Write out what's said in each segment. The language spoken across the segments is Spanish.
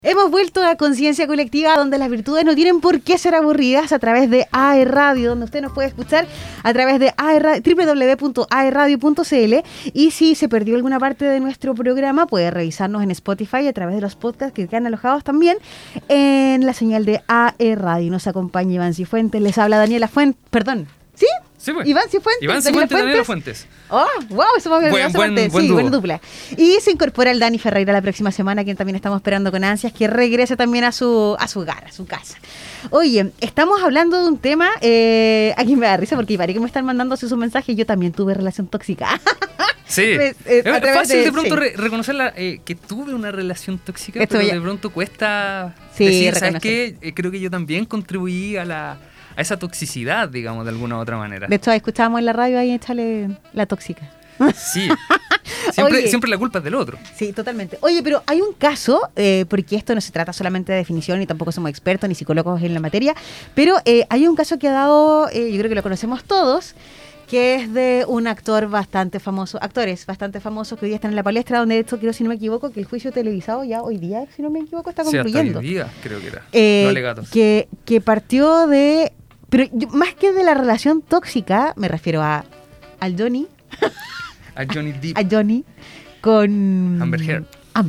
Hemos vuelto a Conciencia Colectiva, donde las virtudes no tienen por qué ser aburridas, a través de AE Radio, donde usted nos puede escuchar a través de www.aeradio.cl, y si se perdió alguna parte de nuestro programa puede revisarnos en Spotify a través de los podcasts que quedan alojados también en la señal de AE Radio. Nos acompaña Iván Cifuentes, les habla Daniela Fuentes, perdón, ¿sí? Sí, pues. Iván Cifuentes, Daniela Fuentes. Oh, wow, eso me había olvidado. Buena dupla. Y se incorpora el Dani Ferreira la próxima semana, quien también estamos esperando con ansias que regrese también a su hogar, a su casa. Oye, estamos hablando de un tema, aquí me da risa porque parece que me están mandando sus mensajes. Yo también tuve relación tóxica. Sí, es fácil de pronto reconocer que tuve una relación tóxica, pero de pronto cuesta decir, ¿sabes qué? Creo que yo también contribuí a esa toxicidad, digamos, de alguna u otra manera. De hecho, escuchábamos en la radio ahí échale la tóxica. Sí, siempre la culpa es del otro. Sí, totalmente. Oye, pero hay un caso, porque esto no se trata solamente de definición y tampoco somos expertos ni psicólogos en la materia, pero hay un caso que ha dado, yo creo que lo conocemos todos, que es de un actores bastante famosos que hoy día están en la palestra, donde de hecho, creo, si no me equivoco, que el juicio televisado ya hoy día, si no me equivoco, está concluyendo. Sí, hasta hoy día creo que era. Los alegatos. Que partió de... Pero yo, más que de la relación tóxica, me refiero al Johnny. A Johnny Depp. A Johnny con... Amber Heard.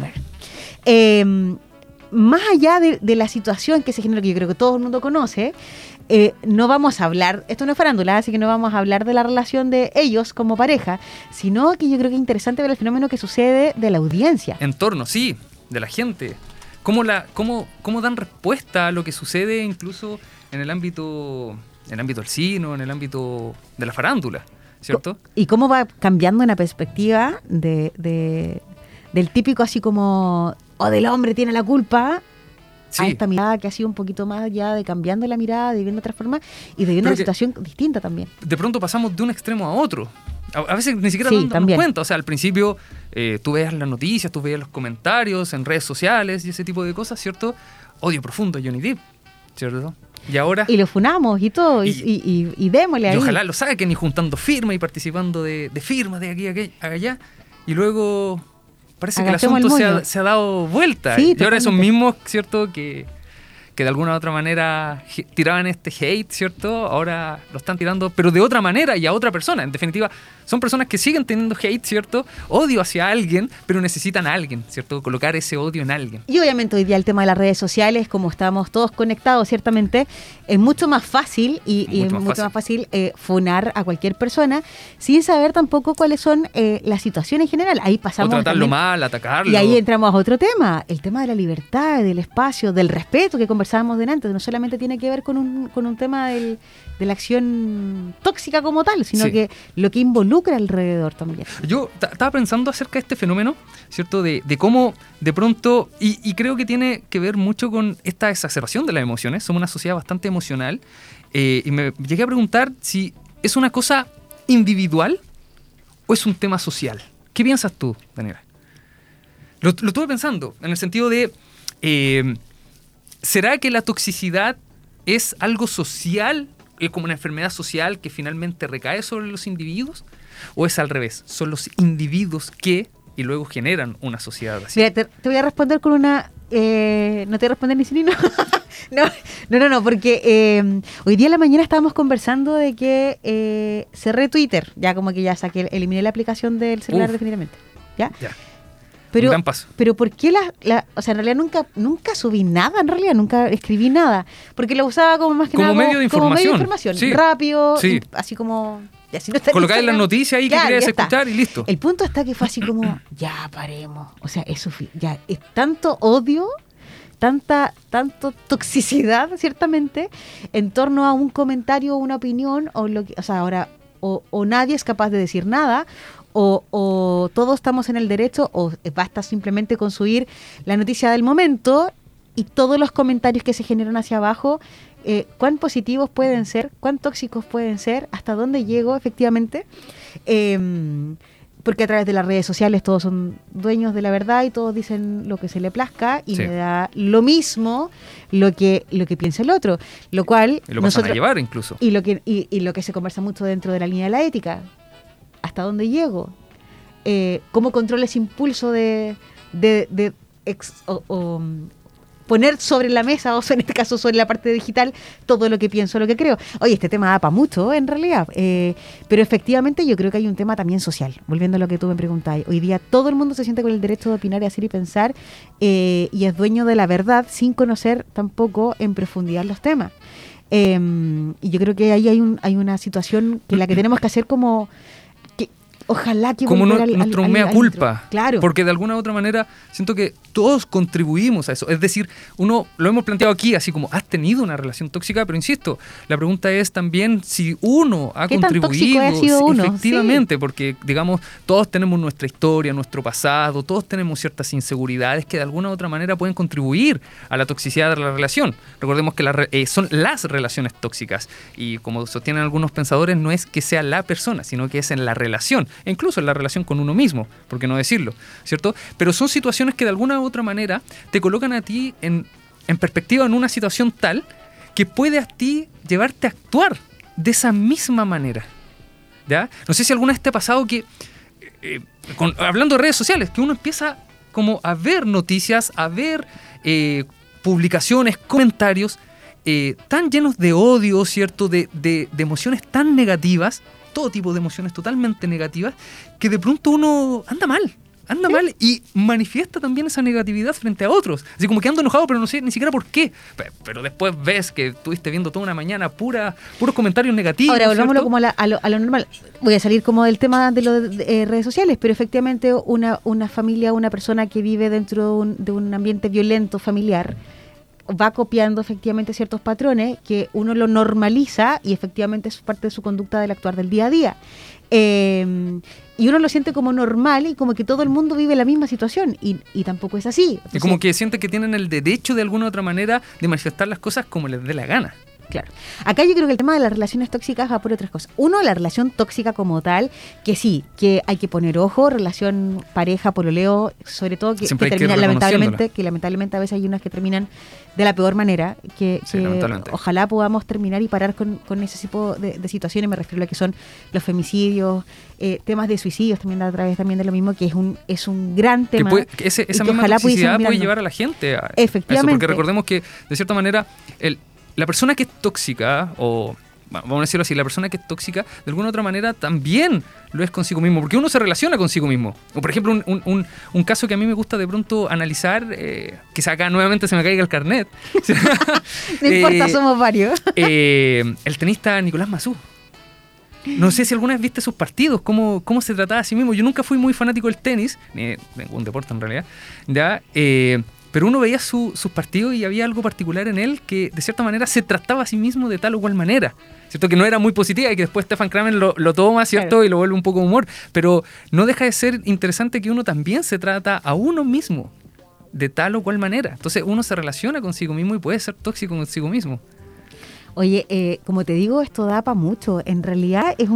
Más allá de la situación que se genera, que yo creo que todo el mundo conoce, no vamos a hablar, esto no es farándula, así que no vamos a hablar de la relación de ellos como pareja, sino que yo creo que es interesante ver el fenómeno que sucede de la audiencia. En torno, sí, de la gente. ¿Cómo dan respuesta a lo que sucede incluso en el ámbito del cine, en el ámbito de la farándula, ¿cierto? Y cómo va cambiando una perspectiva del típico así como, del hombre tiene la culpa, sí, a esta mirada que ha sido un poquito más ya de cambiando la mirada, de viendo otra forma y de viendo una situación distinta también. De pronto pasamos de un extremo a otro. A veces ni siquiera nos damos cuenta. O sea, al principio tú veías las noticias, tú veías los comentarios en redes sociales y ese tipo de cosas, ¿cierto? Odio profundo a Johnny Depp, ¿cierto? Y ahora... Y lo funamos y todo, y démosle ahí. Y ojalá lo saquen y juntando firmas y participando de firmas de aquí a allá. Y luego parece que el asunto se ha dado vuelta. Sí, y ahora esos mismos, ¿cierto? Que de alguna u otra manera tiraban este hate, ¿cierto? Ahora lo están tirando, pero de otra manera y a otra persona. En definitiva, son personas que siguen teniendo hate, ¿cierto? Odio hacia alguien, pero necesitan a alguien, ¿cierto? Colocar ese odio en alguien. Y obviamente hoy día el tema de las redes sociales, como estamos todos conectados, ciertamente, es mucho más fácil y es mucho más fácil funar a cualquier persona sin saber tampoco cuáles son las situaciones en general. Ahí pasamos... O tratarlo mal, atacarlo. Y ahí entramos a otro tema, el tema de la libertad, del espacio, del respeto que conversábamos delante. No solamente tiene que ver con un tema de la acción tóxica como tal, sino que lo que involucra alrededor también. Yo estaba pensando acerca de este fenómeno, ¿cierto? De cómo de pronto, y creo que tiene que ver mucho con esta exacerbación de las emociones. Somos una sociedad bastante emocional, y me llegué a preguntar si es una cosa individual o es un tema social. ¿Qué piensas tú, Daniela? Lo estuve pensando en el sentido de... ¿será que la toxicidad es algo social, es como una enfermedad social que finalmente recae sobre los individuos? ¿O es al revés? Son los individuos que y luego generan una sociedad así. Mira, te voy a responder con una... no te voy a responder ni sí ni no. No, porque hoy día en la mañana estábamos conversando de que cerré Twitter. Ya como que ya eliminé la aplicación del celular definitivamente. ¿Ya? Pero, un gran paso. Pero ¿por qué o sea, en realidad nunca subí nada, en realidad nunca escribí nada, porque lo usaba como más que como nada medio de información. Sí. Rápido, así como... Colocáis la noticia ahí que querías escuchar y listo. El punto está que fue así como, ya paremos, o sea, eso ya es tanto odio, tanto toxicidad, ciertamente, en torno a un comentario o una opinión, ahora o nadie es capaz de decir nada, o todos estamos en el derecho, o basta simplemente con subir la noticia del momento y todos los comentarios que se generan hacia abajo, cuán positivos pueden ser, cuán tóxicos pueden ser, hasta dónde llego efectivamente, porque a través de las redes sociales todos son dueños de la verdad y todos dicen lo que se le plazca y me da lo mismo lo que piensa el otro, lo cual y lo pasan a llevar incluso y lo que se conversa mucho dentro de la línea de la ética. ¿Hasta dónde llego? ¿Cómo controlo ese impulso poner sobre la mesa, o en este caso sobre la parte digital, todo lo que pienso, lo que creo. Oye, este tema da para mucho, en realidad. Pero efectivamente yo creo que hay un tema también social. Volviendo a lo que tú me preguntabas. Hoy día todo el mundo se siente con el derecho de opinar y hacer y pensar, y es dueño de la verdad sin conocer tampoco en profundidad los temas. Y yo creo que ahí hay una situación que la que tenemos que hacer como... Ojalá que como nuestro mea culpa, claro. Porque de alguna u otra manera siento que todos contribuimos a eso. Es decir, uno lo hemos planteado aquí así como has tenido una relación tóxica, pero insisto, la pregunta es también si uno ha contribuido efectivamente, sí. Porque digamos todos tenemos nuestra historia, nuestro pasado, todos tenemos ciertas inseguridades que de alguna u otra manera pueden contribuir a la toxicidad de la relación. Recordemos que son las relaciones tóxicas y como sostienen algunos pensadores no es que sea la persona, sino que es en la relación. E incluso en la relación con uno mismo, por qué no decirlo, ¿cierto? Pero son situaciones que de alguna u otra manera te colocan a ti en perspectiva en una situación tal que puede a ti llevarte a actuar de esa misma manera, ¿ya? No sé si alguna vez te ha pasado que, hablando de redes sociales, que uno empieza como a ver noticias, a ver publicaciones, comentarios tan llenos de odio, ¿cierto? De emociones tan negativas, todo tipo de emociones totalmente negativas, que de pronto uno anda mal y manifiesta también esa negatividad frente a otros. Así como que ando enojado, pero no sé ni siquiera por qué. Pero después ves que estuviste viendo toda una mañana puros comentarios negativos. Ahora, volvámoslo como a lo normal. Voy a salir como del tema de las redes sociales, pero efectivamente una familia, una persona que vive dentro de un ambiente violento familiar, va copiando efectivamente ciertos patrones que uno lo normaliza y efectivamente es parte de su conducta del actuar del día a día. Y uno lo siente como normal y como que todo el mundo vive la misma situación y tampoco es así. Entonces, y como que siente que tienen el derecho de alguna u otra manera de manifestar las cosas como les dé la gana. Claro. Acá yo creo que el tema de las relaciones tóxicas va por otras cosas. Uno, la relación tóxica como tal, que sí, que hay que poner ojo, relación pareja, pololeo, sobre todo que termina lamentablemente a veces hay unas que terminan de la peor manera, que ojalá podamos terminar y parar con ese tipo de situaciones. Me refiero a lo que son los femicidios, temas de suicidios también a través también de lo mismo, que es un gran tema. Esa misma toxicidad puede llevar a la gente a efectivamente. Eso, porque recordemos que de cierta manera la persona que es tóxica, o vamos a decirlo así, la persona que es tóxica, de alguna u otra manera también lo es consigo mismo, porque uno se relaciona consigo mismo. O por ejemplo, un caso que a mí me gusta de pronto analizar, quizá acá nuevamente se me caiga el carnet. No importa, somos varios. El tenista Nicolás Massú. No sé si alguna vez viste sus partidos, cómo se trataba a sí mismo. Yo nunca fui muy fanático del tenis, ni de ningún deporte en realidad, ¿ya? Pero uno veía sus partidos y había algo particular en él que de cierta manera se trataba a sí mismo de tal o cual manera, ¿cierto? Que no era muy positiva y que después Stefan Kramer lo toma, ¿cierto? Claro. Y lo vuelve un poco de humor, pero no deja de ser interesante que uno también se trata a uno mismo de tal o cual manera. Entonces uno se relaciona consigo mismo y puede ser tóxico consigo mismo. Oye, como te digo, esto da para mucho. En realidad es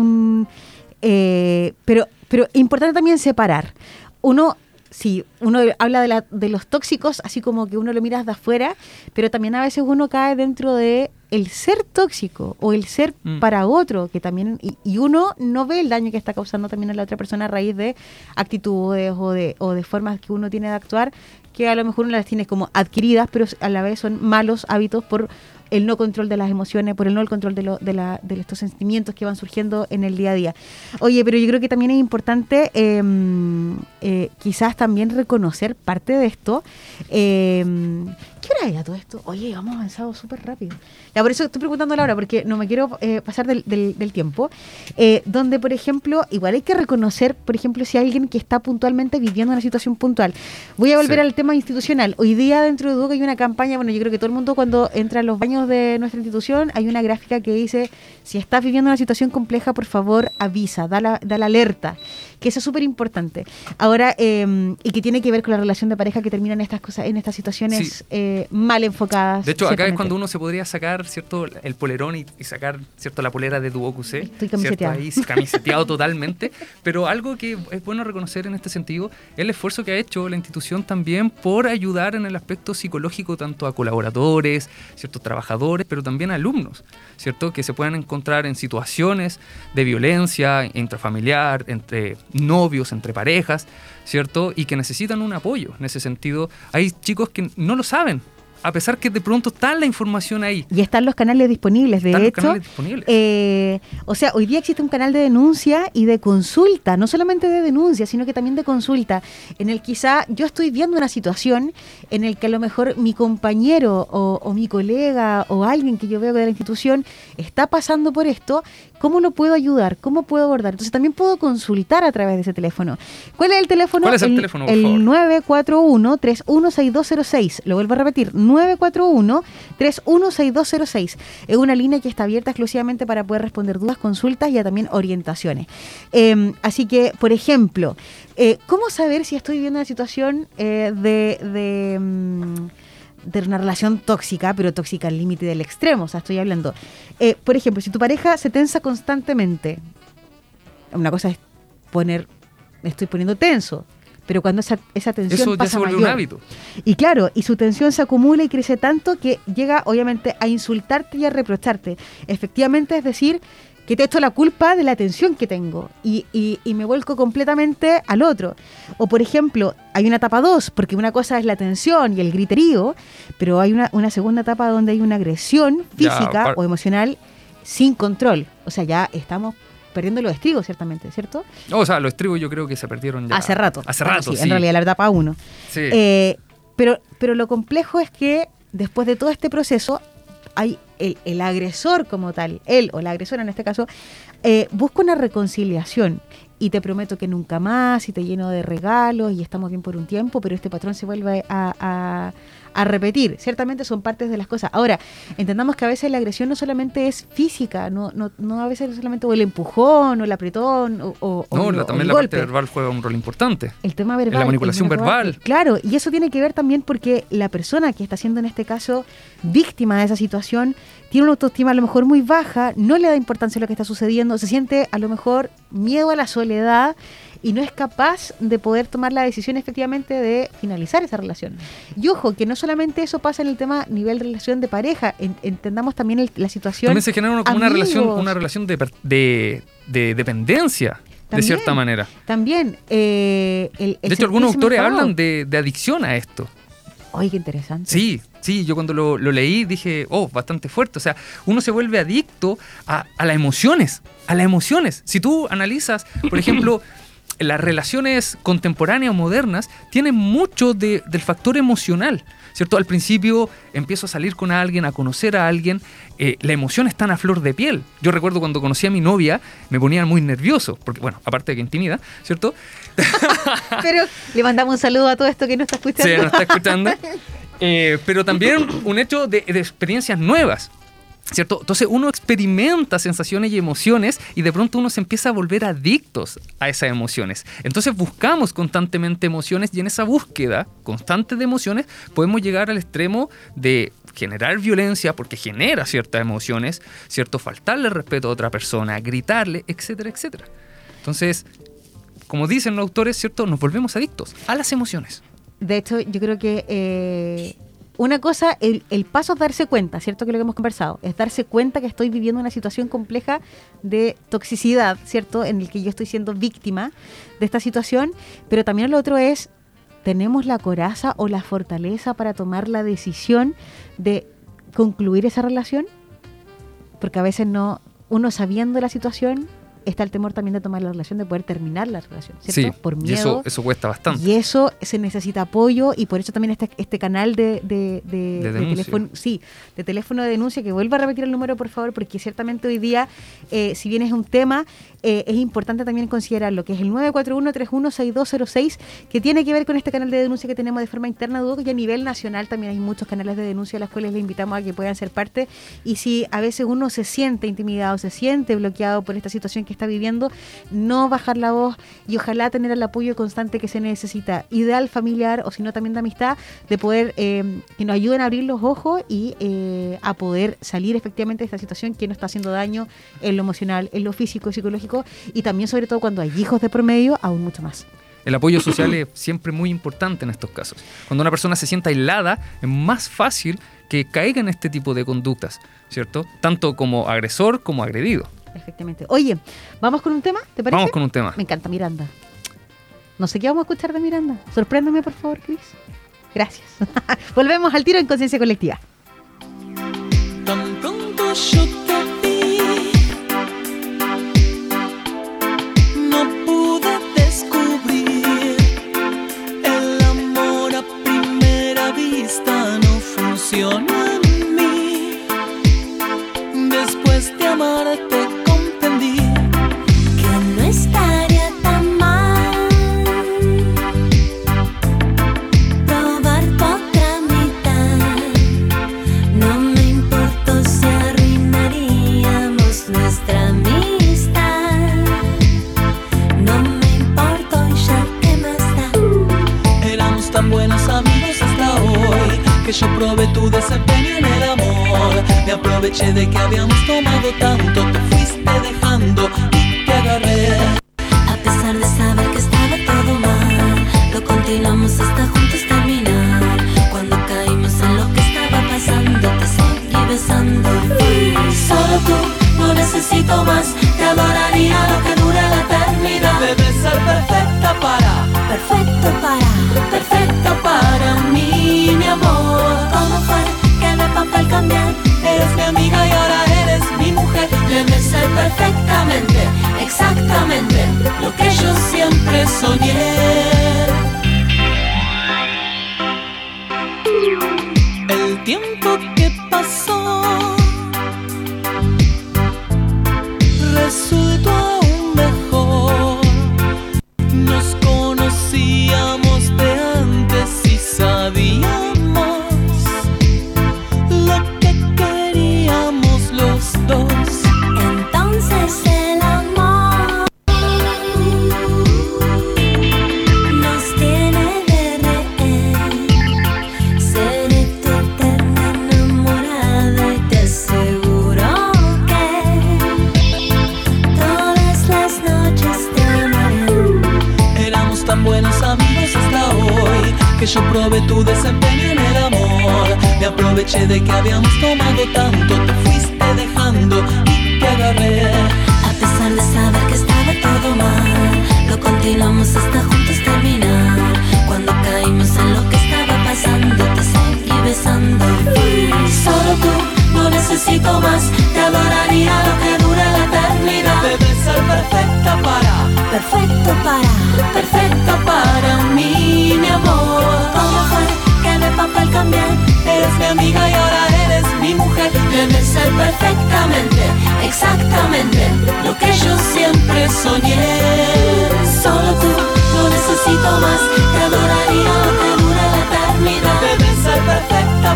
pero importante también separar. Sí, uno habla de los tóxicos, así como que uno lo miras de afuera, pero también a veces uno cae dentro de el ser tóxico o el ser para otro, que también y uno no ve el daño que está causando también a la otra persona a raíz de actitudes o de formas que uno tiene de actuar, que a lo mejor uno las tiene como adquiridas, pero a la vez son malos hábitos por el no control de las emociones, por el no control de estos sentimientos que van surgiendo en el día a día. Oye, pero yo creo que también es importante quizás también reconocer parte de esto. ¿Qué hora era todo esto? Oye, hemos avanzado súper rápido. Ya, por eso estoy preguntando la hora, porque no me quiero pasar del tiempo. Donde, por ejemplo, igual hay que reconocer, por ejemplo, si hay alguien que está puntualmente viviendo una situación puntual. Voy a volver al tema institucional. Hoy día dentro de Duoc hay una campaña, bueno, yo creo que todo el mundo cuando entra a los baños de nuestra institución hay una gráfica que dice, si estás viviendo una situación compleja, por favor, avisa, da la alerta. Que eso es súper importante. Ahora, y que tiene que ver con la relación de pareja que terminan estas cosas, en estas situaciones mal enfocadas. De hecho, acá es cuando uno se podría sacar, ¿cierto?, el polerón y sacar, ¿cierto?, la polera de Duoc UC. Estoy camiseteado. Ahí camiseteado totalmente. Pero algo que es bueno reconocer en este sentido es el esfuerzo que ha hecho la institución también por ayudar en el aspecto psicológico tanto a colaboradores, ¿cierto?, trabajadores, pero también a alumnos, ¿cierto?, que se puedan encontrar en situaciones de violencia intrafamiliar, entre novios, entre parejas, ¿cierto? Y que necesitan un apoyo. En ese sentido, hay chicos que no lo saben, a pesar que de pronto está la información ahí. Y están los canales disponibles, de hecho. O sea, hoy día existe un canal de denuncia y de consulta, no solamente de denuncia, sino que también de consulta, en el quizá yo estoy viendo una situación en el que a lo mejor mi compañero o mi colega o alguien que yo veo de la institución está pasando por esto. ¿Cómo lo puedo ayudar? ¿Cómo puedo abordar? Entonces también puedo consultar a través de ese teléfono. ¿Cuál es el teléfono? ¿Cuál es el teléfono, por favor? El 941-316206. Lo vuelvo a repetir, 941-316206. Es una línea que está abierta exclusivamente para poder responder dudas, consultas y también orientaciones. Así que, por ejemplo, ¿cómo saber si estoy viviendo una situación de una relación tóxica, pero tóxica al límite del extremo? O sea, estoy hablando, por ejemplo, si tu pareja se tensa constantemente, una cosa es estoy poniendo tenso, pero cuando esa tensión eso pasa ya se vuelve mayor, un hábito. Y claro, y su tensión se acumula y crece tanto que llega obviamente a insultarte y a reprocharte. Efectivamente, es decir, que te echo la culpa de la tensión que tengo y me vuelco completamente al otro. O, por ejemplo, hay una etapa 2, porque una cosa es la tensión y el griterío, pero hay una segunda etapa donde hay una agresión física o emocional sin control. O sea, ya estamos perdiendo los estribos, ciertamente, ¿cierto? O sea, los estribos yo creo que se perdieron ya. Hace rato, sí. En realidad, la etapa 1. Sí. Pero lo complejo es que después de todo este proceso hay el agresor como tal, él o la agresora en este caso, busca una reconciliación y te prometo que nunca más y te lleno de regalos y estamos bien por un tiempo, pero este patrón se vuelve a repetir. Ciertamente son partes de las cosas. Ahora, entendamos que a veces la agresión no solamente es física, no a veces solamente o el empujón o el apretón también la parte verbal juega un rol importante. El tema verbal. La manipulación verbal. Claro, y eso tiene que ver también porque la persona que está siendo en este caso víctima de esa situación tiene una autoestima a lo mejor muy baja, no le da importancia a lo que está sucediendo, se siente a lo mejor miedo a la soledad y no es capaz de poder tomar la decisión efectivamente de finalizar esa relación. Y ojo, que no solamente eso pasa en el tema nivel de relación de pareja, entendamos también la situación. También se genera como una relación de dependencia. También, de cierta manera. También. De hecho, algunos autores hablan de adicción a esto. ¡Ay, qué interesante! Sí, yo cuando lo leí dije, bastante fuerte. O sea, uno se vuelve adicto a las emociones. Si tú analizas, por ejemplo, las relaciones contemporáneas o modernas tienen mucho del factor emocional, ¿cierto? Al principio empiezo a salir con alguien, a conocer a alguien, la emoción está a flor de piel. Yo recuerdo cuando conocí a mi novia, me ponía muy nervioso, porque, bueno, aparte de que intimida, ¿cierto? Pero le mandamos un saludo a todo esto que no está escuchando. Sí, no está escuchando. Pero también un hecho de experiencias nuevas, ¿cierto? Entonces uno experimenta sensaciones y emociones y de pronto uno se empieza a volver adictos a esas emociones. Entonces buscamos constantemente emociones y en esa búsqueda constante de emociones podemos llegar al extremo de generar violencia porque genera ciertas emociones, ¿cierto? Faltarle respeto a otra persona, gritarle, etcétera, etcétera. Entonces, como dicen los autores, ¿cierto? Nos volvemos adictos a las emociones. De hecho, yo creo que una cosa, el paso es darse cuenta, ¿cierto? Que lo que hemos conversado, es darse cuenta que estoy viviendo una situación compleja de toxicidad, ¿cierto? En el que yo estoy siendo víctima de esta situación, pero también lo otro es, ¿tenemos la coraza o la fortaleza para tomar la decisión de concluir esa relación? Porque a veces uno sabiendo la situación, está el temor también de tomar la relación, de poder terminar la relación, ¿cierto? Sí, por miedo. Y eso cuesta bastante. Y eso se necesita apoyo y por eso también este canal de teléfono, de teléfono de denuncia, que vuelva a repetir el número, por favor, porque ciertamente hoy día, si bien es un tema, es importante también considerar lo que es el 941-316206, que tiene que ver con este canal de denuncia que tenemos de forma interna, Duoc, y a nivel nacional también hay muchos canales de denuncia a los cuales le invitamos a que puedan ser parte. Y si a veces uno se siente intimidado, se siente bloqueado por esta situación que está viviendo, no bajar la voz y ojalá tener el apoyo constante que se necesita, ideal familiar o si no también de amistad, de poder que nos ayuden a abrir los ojos y a poder salir efectivamente de esta situación que nos está haciendo daño en lo emocional, en lo físico, psicológico y también sobre todo cuando hay hijos de promedio, aún mucho más. El apoyo social es siempre muy importante en estos casos. Cuando una persona se sienta aislada, es más fácil que caiga en este tipo de conductas, ¿cierto? Tanto como agresor como agredido. Efectivamente. Oye, ¿vamos con un tema? ¿Te parece? Vamos con un tema. Me encanta Miranda. No sé qué vamos a escuchar de Miranda. Sorpréndeme, por favor, Cris. Gracias. Volvemos al tiro en Conciencia Colectiva. Tan pronto yo te vi, no pude descubrir el amor a primera vista, no funciona en mí. Después de amarte comprendí que no estaría tan mal probar tu otra mitad. No me importó si arruinaríamos nuestra amistad. No me importó, ya que más da. Éramos tan buenos amigos hasta hoy que yo probé tu desempeño en el amor. Me aproveché de que habíamos tomado tanto, te fuiste dejando y te agarré. A pesar de saber que estaba todo mal, lo continuamos hasta juntos terminar. Cuando caímos en lo que estaba pasando, te seguí besando. Solo tú, no necesito más, te adoraría lo que dure la eternidad. Debes ser perfecta para mí, mi amor. ¿Cómo fue que de papel cambié? Eres mi amiga y ahora eres mi mujer. Debes ser perfectamente, exactamente lo que yo siempre soñé. El tiempo que pasó resultó aún mejor. Nos conocíamos de antes y sabíamos lo que queríamos los dos. Entonces el amor nos tiene de rehén. Seré tu eterna enamorada y te aseguro que todas las noches te amaré. Éramos tan buenos amigos hasta hoy que yo probé tu desempeño en el amor. Me aproveché de que habíamos tomado tanto, te fuiste dejando y te agarré. A pesar de saber que estaba todo mal, lo continuamos hasta juntos terminar. Cuando caímos en lo que estaba pasando, te seguí besando. Solo tú, no necesito más, te adoraría lo que dure la eternidad. Debes ser perfecta para mí, mi amor. ¿Cómo fue que de papel cambié? Eres mi amiga y ahora eres mi mujer. Debes ser perfectamente, exactamente lo que yo siempre soñé. Solo tú, no necesito más, te adoraría lo que dure la eternidad. Debes ser perfecta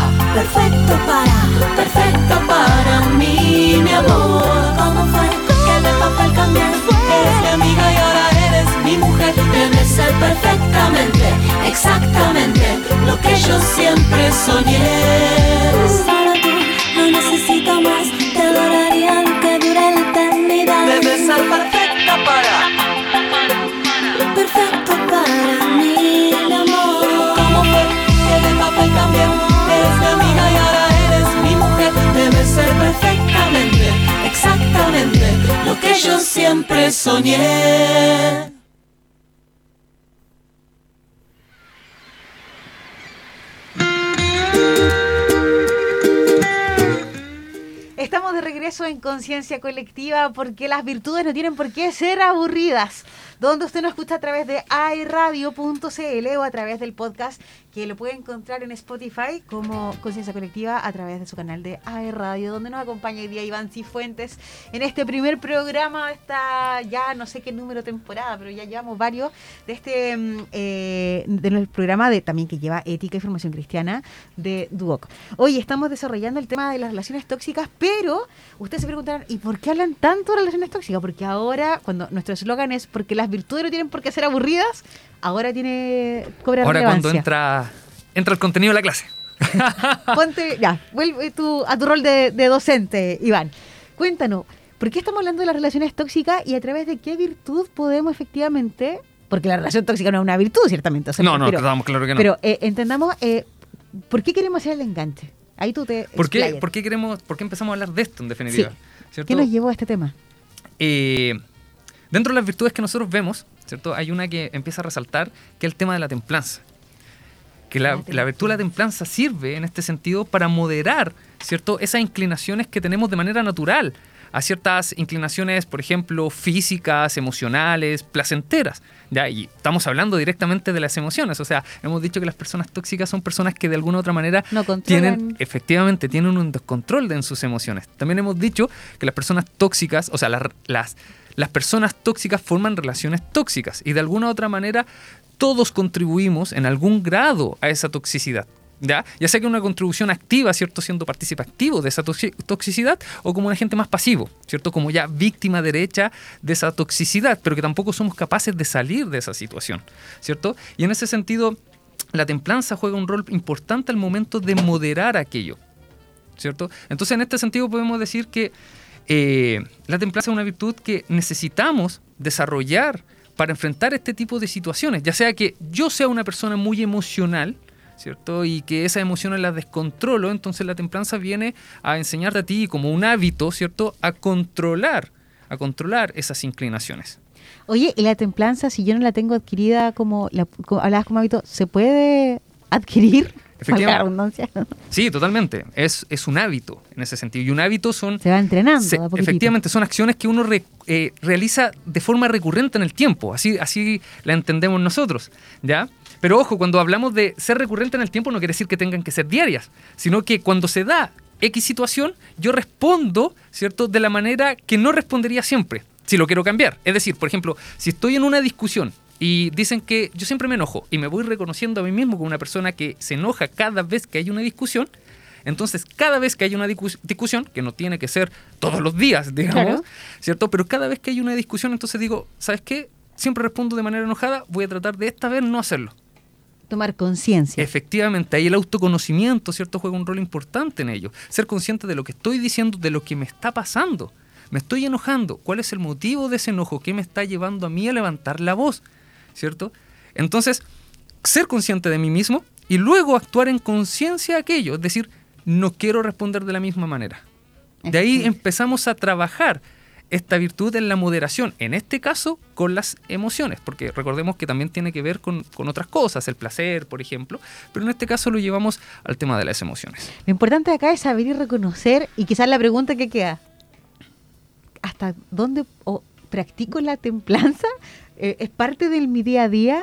para mí, mi amor. ¿Cómo fue que de papel cambié? Eres mi amiga y ahora eres mi mujer. Debes ser perfectamente, exactamente lo que yo siempre soñé. Solo tú, no necesito más, te adoraría lo que dure la eternidad. Debes ser perfecta para mí, mi amor. ¿Cómo fue que de papel cambié? Eres mi amiga y ahora eres mi mujer. Debes ser perfectamente, exactamente lo que yo siempre soñé. Estamos de regreso en Conciencia Colectiva porque las virtudes no tienen por qué ser aburridas. Donde usted nos escucha a través de airadio.cl o a través del podcast que lo puede encontrar en Spotify como Conciencia Colectiva a través de su canal de airadio, donde nos acompaña hoy día Iván Cifuentes en este primer programa de esta, ya no sé qué número temporada, pero ya llevamos varios de este del programa de también que lleva ética y formación cristiana de Duoc. Hoy estamos desarrollando el tema de las relaciones tóxicas, pero ustedes se preguntarán, ¿y por qué hablan tanto de relaciones tóxicas? Porque ahora, cuando nuestro eslogan es porque las virtudes no tienen por qué ser aburridas, ahora cobra ahora relevancia. Cuando entra el contenido de la clase. Ponte, ya, vuelve a tu rol de docente, Iván. Cuéntanos, ¿por qué estamos hablando de las relaciones tóxicas y a través de qué virtud podemos efectivamente, porque la relación tóxica no es una virtud, ciertamente. O sea, no, estamos claro que no. Pero entendamos, ¿por qué queremos hacer el enganche? Ahí tú te ¿Por qué empezamos a hablar de esto, en definitiva? Sí. ¿Cierto? ¿Qué nos llevó a este tema? Dentro de las virtudes que nosotros vemos, ¿cierto? Hay una que empieza a resaltar, que es el tema de la templanza. que la virtud de la templanza sirve en este sentido para moderar, ¿cierto?, esas inclinaciones que tenemos de manera natural a ciertas inclinaciones, por ejemplo, físicas, emocionales, placenteras, ¿ya? Y estamos hablando directamente de las emociones. O sea, hemos dicho que las personas tóxicas son personas que de alguna u otra manera tienen un descontrol en sus emociones. También hemos dicho que las personas tóxicas, o sea, las personas tóxicas forman relaciones tóxicas y de alguna u otra manera todos contribuimos en algún grado a esa toxicidad. Ya sea que una contribución activa, ¿cierto?, siendo partícipe activo de esa toxicidad, o como un agente más pasivo, ¿cierto?, como ya víctima derecha de esa toxicidad, pero que tampoco somos capaces de salir de esa situación, ¿cierto? Y en ese sentido, la templanza juega un rol importante al momento de moderar aquello, ¿cierto? Entonces, en este sentido podemos decir que la templanza es una virtud que necesitamos desarrollar para enfrentar este tipo de situaciones, ya sea que yo sea una persona muy emocional, ¿cierto?, y que esas emociones las descontrolo. Entonces la templanza viene a enseñarte a ti como un hábito, ¿cierto?, a controlar esas inclinaciones. Oye, ¿y la templanza, si yo no la tengo adquirida como hablabas como hábito, se puede adquirir? Efectivamente. Sí, totalmente. Es un hábito en ese sentido. Y un hábito se va entrenando. Efectivamente, son acciones que uno realiza de forma recurrente en el tiempo. Así la entendemos nosotros, ¿ya? Pero ojo, cuando hablamos de ser recurrente en el tiempo no quiere decir que tengan que ser diarias, sino que cuando se da X situación, yo respondo, ¿cierto?, de la manera que no respondería siempre, si lo quiero cambiar. Es decir, por ejemplo, si estoy en una discusión y dicen que yo siempre me enojo y me voy reconociendo a mí mismo como una persona que se enoja cada vez que hay una discusión, entonces cada vez que hay una discusión, que no tiene que ser todos los días, digamos, claro, ¿cierto?, pero cada vez que hay una discusión, entonces digo, ¿sabes qué? Siempre respondo de manera enojada, voy a tratar de esta vez no hacerlo. Tomar conciencia. Efectivamente, ahí el autoconocimiento, ¿cierto?, juega un rol importante en ello. Ser consciente de lo que estoy diciendo, de lo que me está pasando. Me estoy enojando. ¿Cuál es el motivo de ese enojo? ¿Qué me está llevando a mí a levantar la voz? ¿Cierto? Entonces, ser consciente de mí mismo y luego actuar en conciencia de aquello. Es decir, no quiero responder de la misma manera. De ahí empezamos a trabajar esta virtud en la moderación, en este caso con las emociones, porque recordemos que también tiene que ver con otras cosas, el placer, por ejemplo, pero en este caso lo llevamos al tema de las emociones. Lo importante acá es saber y reconocer, y quizás la pregunta que queda, ¿hasta dónde practico la templanza? ¿Es parte de mi día a día?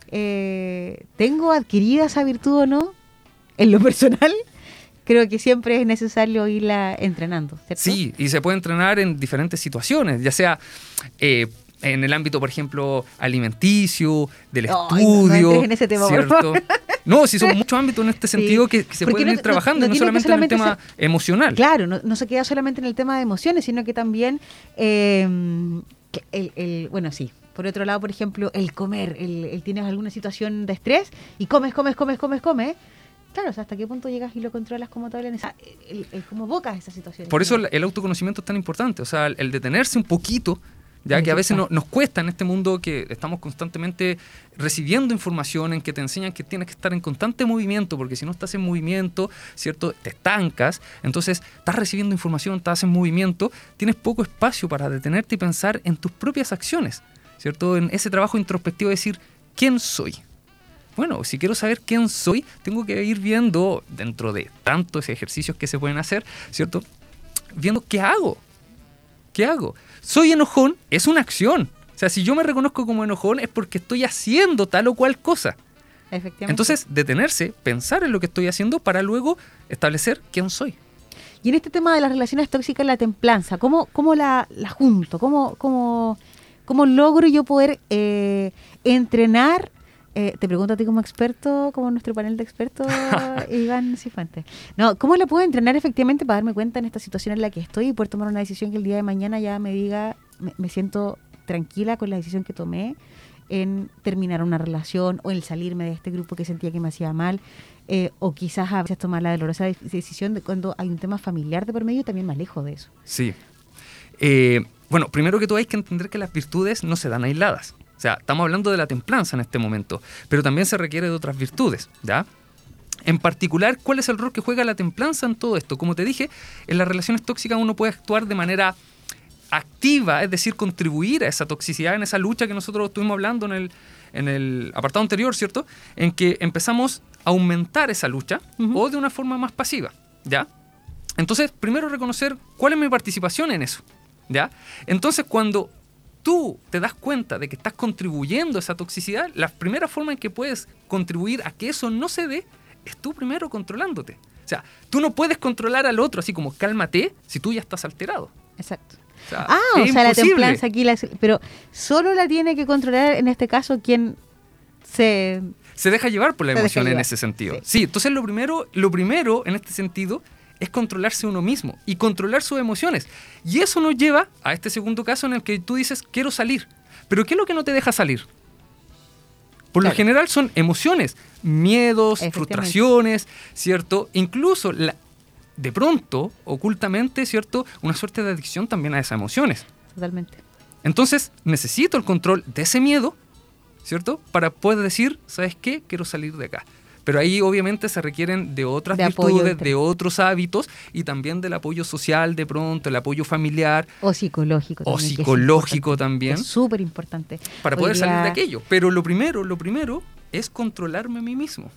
¿Tengo adquirida esa virtud o no? En lo personal, creo que siempre es necesario irla entrenando, ¿cierto? Sí, y se puede entrenar en diferentes situaciones, ya sea en el ámbito, por ejemplo, alimenticio, del estudio. No en ese tema, ¿cierto? Por favor. No, sí, son muchos ámbitos en este sentido que se pueden ir trabajando, no solamente en el tema emocional. Claro, no se queda solamente en el tema de emociones, sino que también, bueno, sí. Por otro lado, por ejemplo, el comer, tienes alguna situación de estrés y comes. Claro, o sea, ¿hasta qué punto llegas y lo controlas como tal? ¿Cómo bocas esa situación? Por eso el autoconocimiento es tan importante, o sea, el detenerse un poquito, ya que a veces nos cuesta en este mundo que estamos constantemente recibiendo información en que te enseñan que tienes que estar en constante movimiento, porque si no estás en movimiento, ¿cierto?, te estancas. Entonces estás recibiendo información, estás en movimiento, tienes poco espacio para detenerte y pensar en tus propias acciones, ¿cierto?, en ese trabajo introspectivo de decir, ¿quién soy? Bueno, si quiero saber quién soy, tengo que ir viendo, dentro de tantos ejercicios que se pueden hacer, ¿cierto?, viendo qué hago. ¿Qué hago? Soy enojón, es una acción. O sea, si yo me reconozco como enojón es porque estoy haciendo tal o cual cosa. Efectivamente. Entonces, detenerse, pensar en lo que estoy haciendo para luego establecer quién soy. Y en este tema de las relaciones tóxicas, la templanza, ¿cómo la junto? ¿Cómo logro yo poder entrenar? Te pregunto a ti como experto, como nuestro panel de expertos, Iván Cifuentes. No, ¿cómo la puedo entrenar efectivamente para darme cuenta en esta situación en la que estoy y poder tomar una decisión que el día de mañana ya me diga, me siento tranquila con la decisión que tomé en terminar una relación o en salirme de este grupo que sentía que me hacía mal, o quizás a veces tomar la dolorosa decisión de cuando hay un tema familiar de por medio, también me alejo de eso? Sí. Bueno, primero que todo hay que entender que las virtudes no se dan aisladas. O sea, estamos hablando de la templanza en este momento, pero también se requiere de otras virtudes, ¿ya? En particular, ¿cuál es el rol que juega la templanza en todo esto? Como te dije, en las relaciones tóxicas uno puede actuar de manera activa, es decir, contribuir a esa toxicidad, en esa lucha que nosotros estuvimos hablando en el apartado anterior, ¿cierto? En que empezamos aumentar esa lucha o de una forma más pasiva, ¿ya? Entonces, primero reconocer cuál es mi participación en eso, ¿ya? Entonces, cuando tú te das cuenta de que estás contribuyendo a esa toxicidad, la primera forma en que puedes contribuir a que eso no se dé es tú primero controlándote. O sea, tú no puedes controlar al otro así como cálmate si tú ya estás alterado. Exacto. O sea, la templanza aquí, pero solo la tiene que controlar en este caso quien se deja llevar por la emoción en ese sentido. Sí, entonces lo primero en este sentido es controlarse uno mismo y controlar sus emociones. Y eso nos lleva a este segundo caso en el que tú dices, quiero salir. Pero ¿qué es lo que no te deja salir? Por lo general son emociones, miedos, frustraciones, ¿cierto? Incluso, de pronto, ocultamente, ¿cierto? Una suerte de adicción también a esas emociones. Totalmente. Entonces, necesito el control de ese miedo, ¿cierto? Para poder decir, ¿sabes qué? Quiero salir de acá. Pero ahí obviamente se requieren de otras virtudes, de otros hábitos y también del apoyo social de pronto, el apoyo familiar. O psicológico también. O psicológico también. Es súper importante. Para poder salir de aquello. Pero lo primero es controlarme a mí mismo.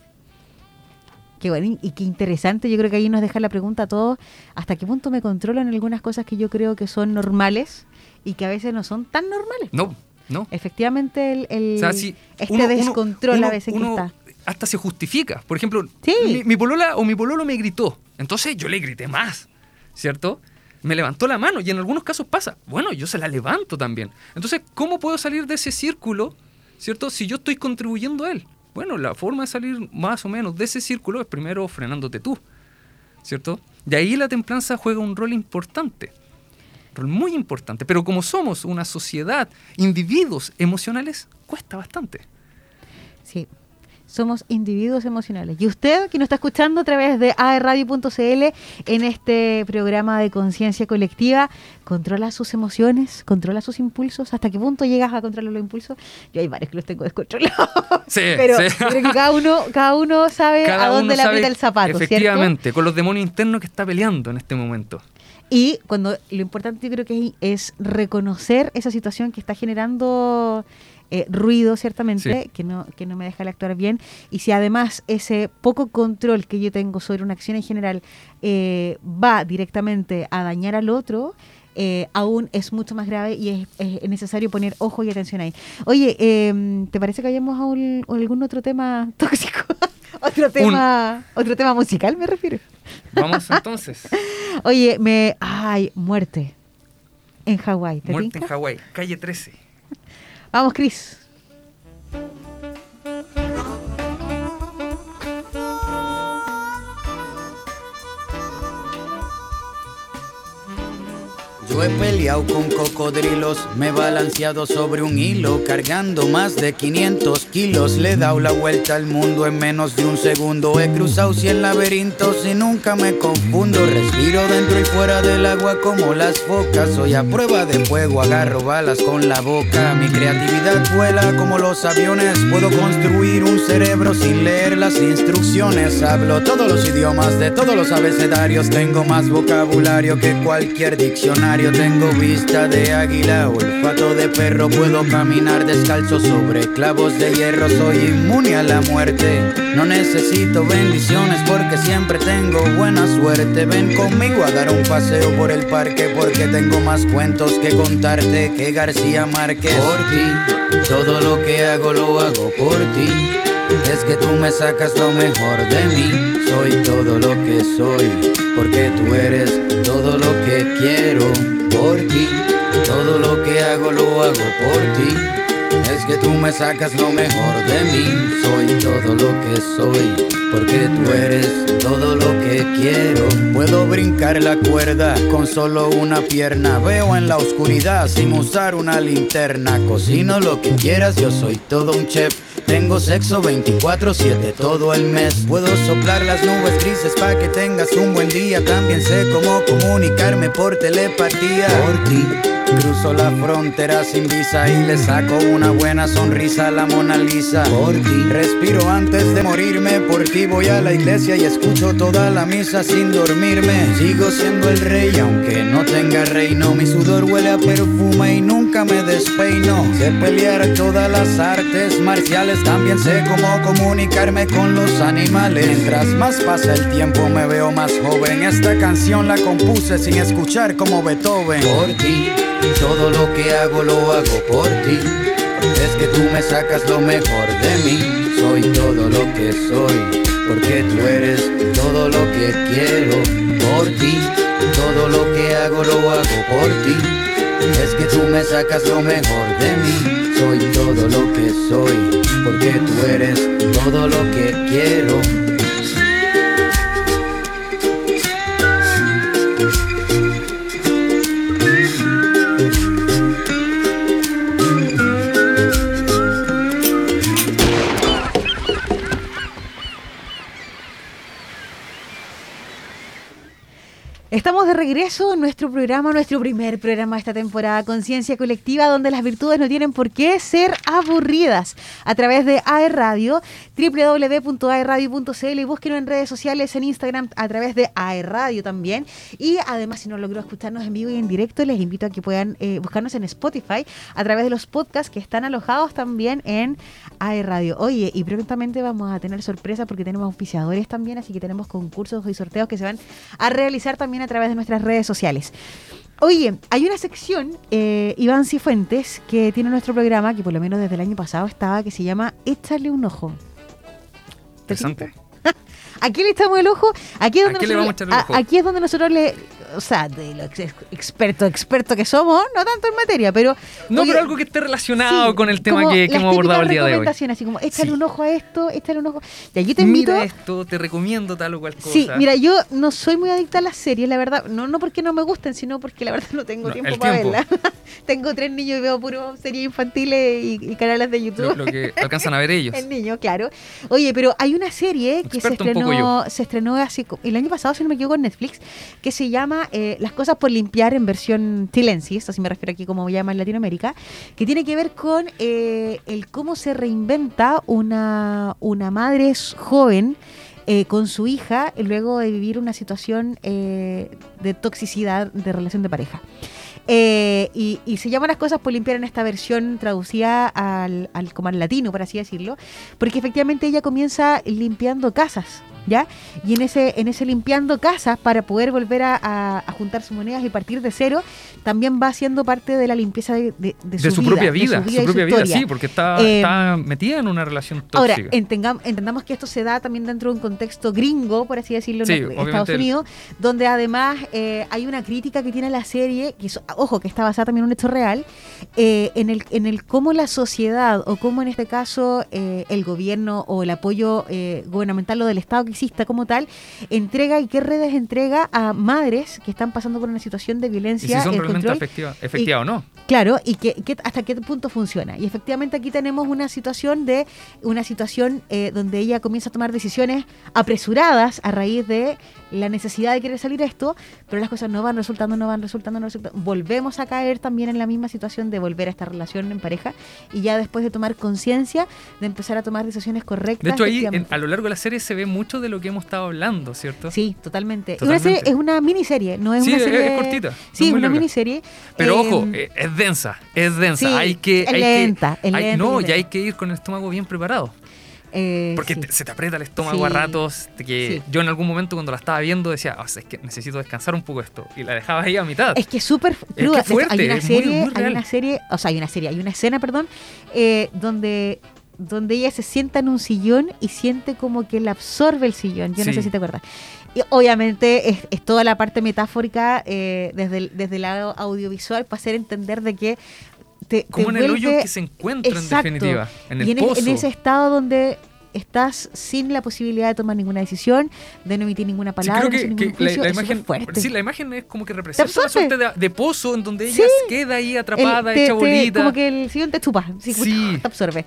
Qué bueno y qué interesante. Yo creo que ahí nos deja la pregunta a todos. ¿Hasta qué punto me controlan algunas cosas que yo creo que son normales y que a veces no son tan normales? No. Efectivamente, o sea, si descontrol a veces que está. Hasta se justifica. Por ejemplo, sí. mi polola o mi pololo me gritó. Entonces yo le grité más, ¿cierto? Me levantó la mano y en algunos casos pasa. Bueno, yo se la levanto también. Entonces, ¿cómo puedo salir de ese círculo, ¿cierto? Si yo estoy contribuyendo a él. Bueno, la forma de salir más o menos de ese círculo es primero frenándote tú, ¿cierto? Y ahí la templanza juega un rol importante. Un rol muy importante. Pero como somos una sociedad, individuos emocionales, cuesta bastante. Sí. Somos individuos emocionales. Y usted, que nos está escuchando a través de aerradio.cl en este programa de conciencia colectiva, controla sus emociones, controla sus impulsos. ¿Hasta qué punto llegas a controlar los impulsos? Yo hay varios que los tengo descontrolados. Sí, pero creo que cada uno sabe a dónde le aprieta el zapato. Efectivamente, ¿cierto? Con los demonios internos que está peleando en este momento. Y cuando lo importante yo creo que es reconocer esa situación que está generando ruido, ciertamente, sí, que no me deja actuar bien. Y si además ese poco control que yo tengo sobre una acción en general va directamente a dañar al otro, aún es mucho más grave y es necesario poner ojo y atención ahí. Oye, ¿te parece que vayamos a algún otro tema tóxico? Otro tema musical, me refiero. Vamos entonces. Oye, muerte en Hawái. Muerte en Hawái, calle 13. Vamos, Cris. Yo he peleado con cocodrilos, me he balanceado sobre un hilo, cargando más de 500 kilos. Le he dado la vuelta al mundo en menos de un segundo. He cruzado 100 laberintos y nunca me confundo. Respiro dentro y fuera del agua como las focas. Soy a prueba de fuego, agarro balas con la boca. Mi creatividad vuela como los aviones. Puedo construir un cerebro sin leer las instrucciones. Hablo todos los idiomas de todos los abecedarios. Tengo más vocabulario que cualquier diccionario. Tengo vista de águila, olfato de perro. Puedo caminar descalzo sobre clavos de hierro. Soy inmune a la muerte. No necesito bendiciones porque siempre tengo buena suerte. Ven conmigo a dar un paseo por el parque porque tengo más cuentos que contarte que García Márquez. Por ti, todo lo que hago lo hago por ti. Es que tú me sacas lo mejor de mí. Soy todo lo que soy porque tú eres todo lo que quiero. Por ti, todo lo que hago lo hago por ti. Es que tú me sacas lo mejor de mí. Soy todo lo que soy porque tú eres todo lo que quiero. Puedo brincar la cuerda con solo una pierna. Veo en la oscuridad sin usar una linterna. Cocino lo que quieras, yo soy todo un chef. Tengo sexo 24/7 todo el mes. Puedo soplar las nubes grises pa' que tengas un buen día. También sé cómo comunicarme por telepatía. Por ti, Cruzo la frontera sin visa y le saco una buena sonrisa a la Mona Lisa. Por ti respiro antes de morirme, por ti voy a la iglesia y escucho toda la misa sin dormirme. Sigo siendo el rey aunque no tenga reino, mi sudor huele a perfume y nunca me despeino. Sé pelear todas las artes marciales, también sé cómo comunicarme con los animales. Mientras más pasa el tiempo me veo más joven. Esta canción la compuse sin escuchar como Beethoven. Por ti, todo lo que hago lo hago por ti. Es que tú me sacas lo mejor de mí. Soy todo lo que soy, porque tú eres todo lo que quiero. Por ti, todo lo que hago lo hago por ti. Es que tú me sacas lo mejor de mí. Soy todo lo que soy, porque tú eres todo lo que quiero. Estamos de regreso en nuestro programa, nuestro primer programa de esta temporada, Conciencia Colectiva, donde las virtudes no tienen por qué ser aburridas. A través de AE Radio, www.aeradio.cl, y búsquenos en redes sociales, en Instagram, a través de AE Radio también. Y además, si no logró escucharnos en vivo y en directo, les invito a que puedan buscarnos en Spotify, a través de los podcasts que están alojados también en AE Radio. Oye, y prontamente vamos a tener sorpresas porque tenemos auspiciadores también, así que tenemos concursos y sorteos que se van a realizar también a través de nuestras redes sociales. Oye, hay una sección, Iván Cifuentes, que tiene nuestro programa, que por lo menos desde el año pasado estaba, que se llama Échale un ojo. Interesante. ¿A qué le echamos el ojo? Aquí es donde le vamos a echar el ojo? Aquí es donde nosotros o sea, de lo experto que somos, no tanto en materia, pero... No, oye, pero algo que esté relacionado con el tema que hemos abordado el día de hoy. Así como, échale un ojo a esto, échale un ojo... Y aquí te invito... Mira esto, te recomiendo tal o cual cosa. Sí, mira, yo no soy muy adicta a las series, la verdad. No porque no me gusten, sino porque la verdad no tengo tiempo para verlas. Tengo 3 niños y veo puro series infantiles y canales de YouTube. Lo que alcanzan a ver ellos. El niño, claro. Oye, pero hay una serie que se estrenó hace el año pasado, si no me equivoco, en Netflix, que se llama Las cosas por limpiar, en versión chilensis, así me refiero aquí como llama en Latinoamérica, que tiene que ver con el cómo se reinventa una madre joven con su hija luego de vivir una situación de toxicidad de relación de pareja. Y se llama Las cosas por limpiar en esta versión traducida como al latino, por así decirlo, porque efectivamente ella comienza limpiando casas, ¿ya? Y en ese limpiando casas, para poder volver a juntar sus monedas y partir de cero, también va haciendo parte de la limpieza de su propia vida. Su propia vida, sí, porque está metida en una relación tóxica. Ahora, entendamos que esto se da también dentro de un contexto gringo, por así decirlo, en Estados Unidos, donde además hay una crítica que tiene la serie, que ojo, que está basada también en un hecho real, en el cómo la sociedad, o cómo en este caso el gobierno o el apoyo gubernamental o del Estado que exista como tal, entrega y qué redes entrega a madres que están pasando por una situación de violencia. Y si son realmente efectiva o no. Claro, y hasta qué punto funciona. Y efectivamente aquí tenemos una situación donde ella comienza a tomar decisiones apresuradas a raíz de la necesidad de querer salir de esto, pero las cosas no van resultando. Volvemos a caer también en la misma situación de volver a esta relación en pareja, y ya después de tomar conciencia, de empezar a tomar decisiones correctas. De hecho, ahí a lo largo de la serie se ve mucho de lo que hemos estado hablando, ¿cierto? Sí, totalmente. Es una miniserie, no es una serie... es cortita. Sí, es una miniserie. Pero ojo, es densa. Sí, hay lenta. No, ya hay que ir con el estómago bien preparado. Porque se te aprieta el estómago a ratos. Yo en algún momento cuando la estaba viendo decía, es que necesito descansar un poco esto, y la dejaba ahí a mitad. Es que es súper cruda. Fuerte, hay una escena, donde ella se sienta en un sillón y siente como que la absorbe el sillón. Yo no sé si te acuerdas. Y obviamente es toda la parte metafórica desde el lado audiovisual, para hacer entender de que como en el hoyo que se encuentra. Exacto. En definitiva, en el pozo. En ese estado donde estás sin la posibilidad de tomar ninguna decisión, de no emitir ninguna palabra, sí, creo que la imagen, sí, la imagen es como que representa una suerte de pozo en donde ella queda ahí atrapada, hecha bolita. Como que el sillón te chupa, te absorbe.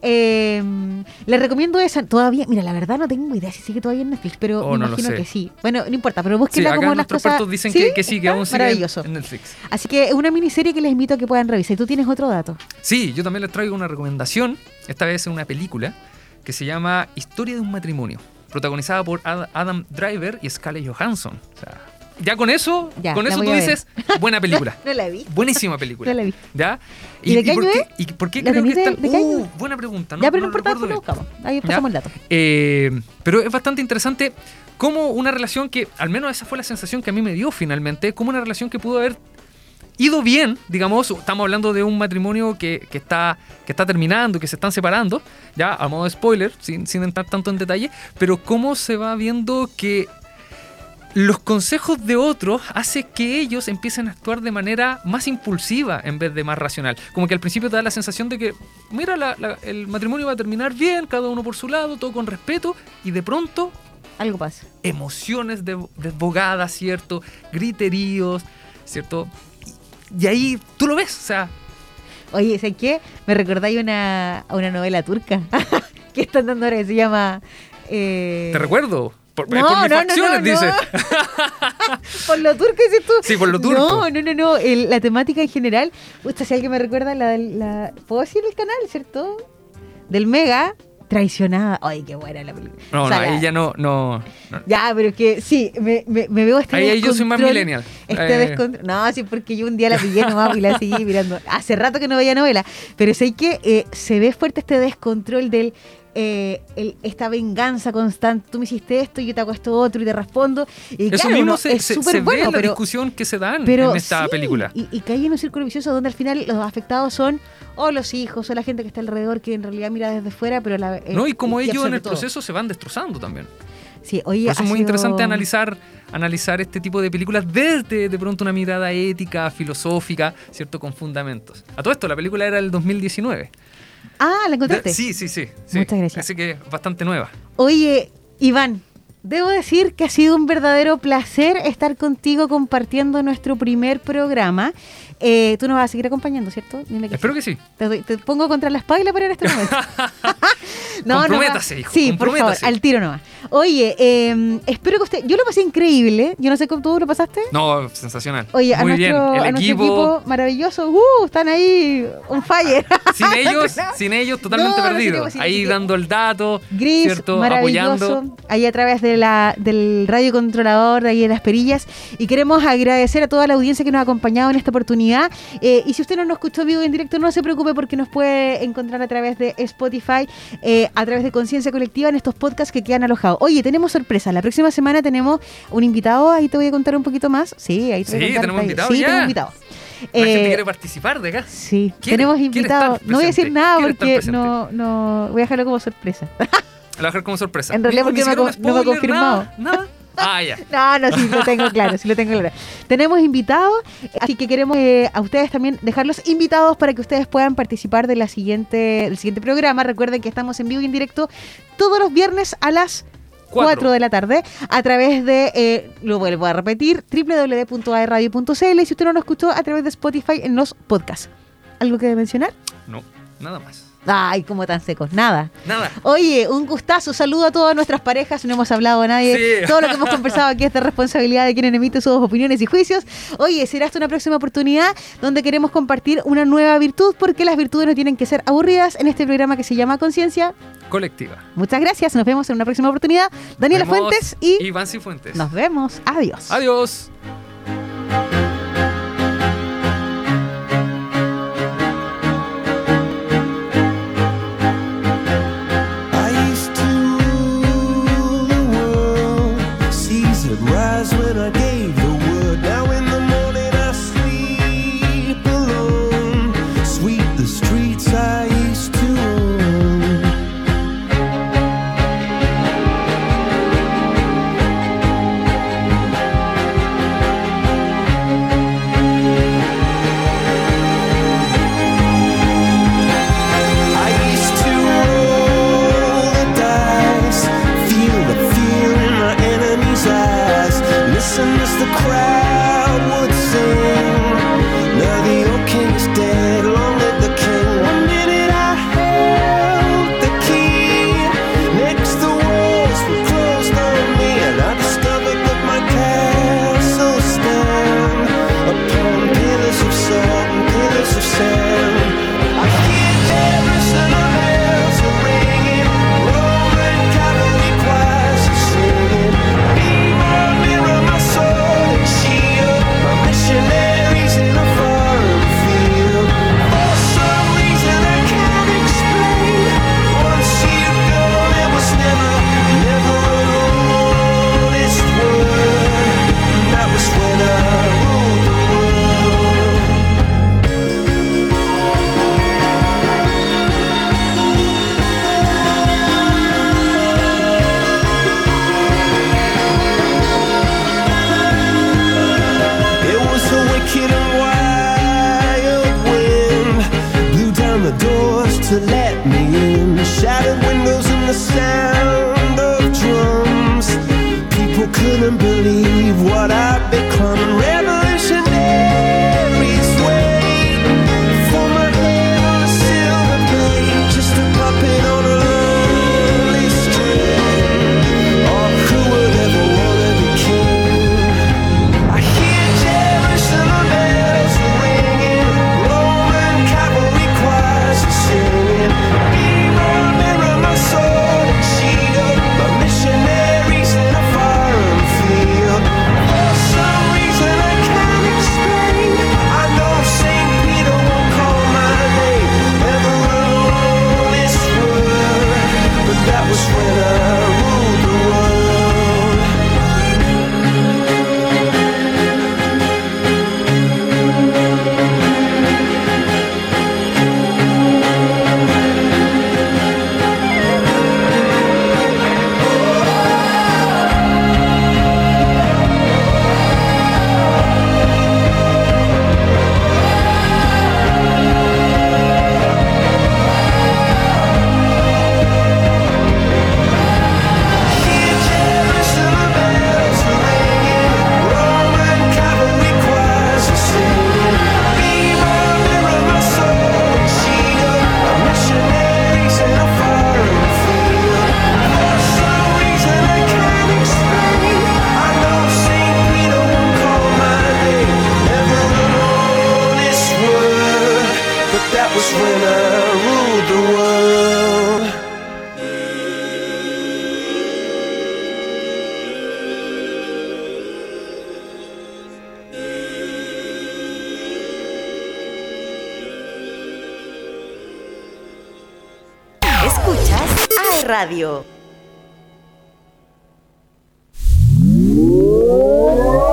Le recomiendo esa. Todavía, mira, la verdad no tengo idea si sigue todavía en Netflix, pero me imagino que sí. Bueno, no importa, pero búsquenla como las cosas. Expertos dicen que sí, que aún sigue en Netflix. Así que es una miniserie que les invito a que puedan revisar. ¿Y tú tienes otro dato? Sí, yo también les traigo una recomendación. Esta vez es una película que se llama Historia de un matrimonio, protagonizada por Adam Driver y Scarlett Johansson. O sea, ya con eso tú dices, buena película. No la vi. Buenísima película. No la vi. ¿Ya? ¿Y de qué año es? ¿Y por qué creo que están? Buena pregunta. Ya, pero no importa, lo buscamos. Ahí pasamos el dato. Pero es bastante interesante cómo una relación que, al menos esa fue la sensación que a mí me dio finalmente, como una relación que pudo haber ido bien, digamos. Estamos hablando de un matrimonio que está terminando, que se están separando, ya a modo de spoiler, sin entrar tanto en detalle, pero cómo se va viendo que los consejos de otros hacen que ellos empiecen a actuar de manera más impulsiva en vez de más racional. Como que al principio te da la sensación de que, mira, el matrimonio va a terminar bien, cada uno por su lado, todo con respeto, y de pronto algo pasa. Emociones desbogadas, ¿cierto? Griteríos, ¿cierto? Y ahí tú lo ves, o sea... Oye, ¿sabes qué? Me recordáis a una novela turca que están dando ahora que se llama... Te recuerdo. Por mis no. facciones, dice. Por lo turco, dices tú. Sí, por lo turco. No. La temática en general... si alguien me recuerda la... ¿Puedo decir el canal, cierto? Del Mega... Traicionada. Ay, qué buena la película. No, o sea, ahí ya no. Ya, pero que sí, me veo ahí yo soy más millennial. Descontrol. No, sí, porque yo un día la pillé nomás y la seguí mirando. Hace rato que no veía novela. Pero sé que se ve fuerte este descontrol del... esta venganza constante, tú me hiciste esto, yo te hago esto otro y te respondo. Y eso claro, mismo se ve bueno, en la discusión que se dan en esta película. Y cae en un círculo vicioso donde al final los afectados son o los hijos o la gente que está alrededor que en realidad mira desde fuera, pero y como ellos en el proceso se van destrozando también. Sí, oye, por eso es muy interesante analizar este tipo de películas desde de pronto una mirada ética, filosófica, ¿cierto? Con fundamentos. A todo esto, la película era del 2019. Ah, ¿la encontraste? Sí. Muchas gracias. Así que es bastante nueva. Oye, Iván, debo decir que ha sido un verdadero placer estar contigo compartiendo nuestro primer programa. Tú nos vas a seguir acompañando, ¿cierto? Espero que sí. Te pongo contra la espalda para en este momento. Comprométase, hijo. Sí, por favor, al tiro nomás. Oye, espero que usted... Yo lo pasé increíble. Yo no sé cómo tú lo pasaste. No, sensacional. Oye, muy bien. Nuestro equipo maravilloso. Están ahí on fire. Sin ellos totalmente perdidos. Ahí dando el dato, Gris, ¿cierto? Apoyando. Ahí a través del radio controlador de ahí de Las Perillas. Y queremos agradecer a toda la audiencia que nos ha acompañado en esta oportunidad. Y si usted no nos escuchó vivo en directo, no se preocupe porque nos puede encontrar a través de Spotify, a través de Conciencia Colectiva en estos podcasts que quedan alojados. Oye, tenemos sorpresa. La próxima semana tenemos un invitado. Ahí te voy a contar un poquito más. Sí, ahí te voy a contar. ¿Tenemos invitado? Sí, tenemos invitado. La gente quiere participar de acá. Sí, tenemos invitados. No voy a decir nada porque no voy a dejarlo como sorpresa. Lo voy a dejar como sorpresa. En realidad porque no me ha confirmado. Nada. Ya. No, sí lo tengo claro, Tenemos invitados, así que queremos a ustedes también dejarlos invitados para que ustedes puedan participar del siguiente programa. Recuerden que estamos en vivo y en directo todos los viernes a las 4 de la tarde a través de, lo vuelvo a repetir, www.aerradio.cl, y si usted no lo escuchó, a través de Spotify en los podcasts. ¿Algo que mencionar? No, nada más. Ay, como tan secos, nada. Oye, un gustazo, saludo a todas nuestras parejas, no hemos hablado a nadie. Sí. Todo lo que hemos conversado aquí es de responsabilidad de quienes emite sus opiniones y juicios. Oye, será hasta una próxima oportunidad donde queremos compartir una nueva virtud, porque las virtudes no tienen que ser aburridas, en este programa que se llama Conciencia Colectiva. Muchas gracias, nos vemos en una próxima oportunidad. Daniela Fuentes y Iván Cifuentes. Nos vemos, adiós. Adiós. Rise when I gave the word. Now in the morning I sleep alone. Sweep the streets I used to own. I used to roll the dice. listen as the crowd would sing. Now the old king is dead, long live the king. One minute I held the key, next the walls were closed on me, and I discovered that my castle stand upon pillars of salt and pillars of sand. I hear Jerusalem bells are ringing, Roman cavalry choirs are singing. Mirror, mirror, my sword and shield, my missionaries in a foreign field. For some reason I can't explain, once you've gone there was never, never an honest word. That was when I ruled the world. It was a wicked and wild wind, blew down the doors to let me in. Shattered windows and the sound of drums. People couldn't believe what I'd become. Revolutionaries wait for my head on a silver plate, just a puppet on a lonely string. Oh, who would ever wanna be king? I hear Jerusalem bells are ringing, Roman cavalry choirs are singing. Mirror, mirror, my sword and shield, my missionaries in a foreign field. For some reason I can't explain, I know St. Peter won't call my name, never an honest word, but that was when I ruled the world. Hear Jerusalem bells are ringing, Roman cavalry choirs are singing. Mirror, mirror, my sword and shield, my missionaries in a foreign field. For some reason I can't explain, I know St. Peter won't call my name, never an honest word, but that was when I ruled the world. Escuchas AE Radio.